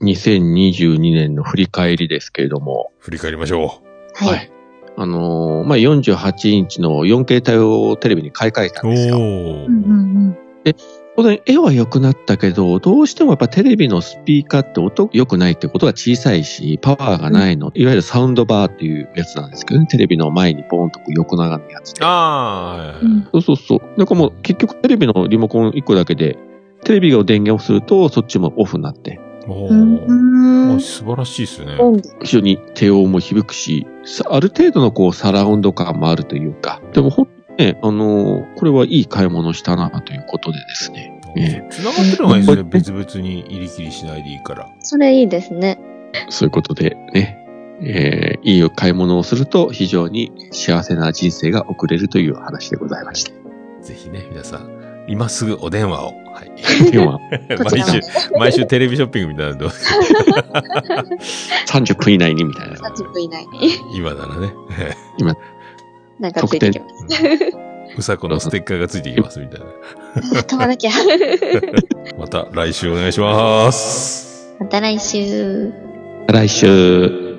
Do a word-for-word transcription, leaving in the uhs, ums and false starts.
にせんにじゅうにねんの振り返りですけれども。 振り返りましょう。はい。はい、 あのー、まあ、よんじゅうはちインチの よんケー 対応テレビに買い替えたんですよ。おー。うんうんうん、で、当然絵は良くなったけど、どうしてもやっぱテレビのスピーカーって音良くないってことが小さいし、パワーがないの、うん、いわゆるサウンドバーっていうやつなんですけどね、テレビの前にポーンと横長のやつで。 ああ、 うん、そうそうそう。だからもう結局テレビのリモコンいっこだけで、テレビを電源をするとそっちもオフになって。 おー、素晴らしいですね。 非常に低音も響くし、ある程度のこうサラウンド感もあるというか、でも本当にね、あのー、これはいい買い物したなということでですね。 えー、繋がってるのがいいですね。別々に入り切りしないでいいから。 それいいですね。 そういうことでね、えー、いい買い物をすると非常に幸せな人生が送れるという話でございました。 ぜひね、皆さん、今すぐお電話を。はい。 電話。 毎週、毎週テレビショッピングみたいなのどうですかさんじゅっぷん以内にみたいな。 さんじゅっぷん以内に。 今ならね。 今。 なんかついてきます。 うさこのステッカーがついてきますみたいな。 飛ばなきゃ。 また来週お願いします。 また来週。 来週。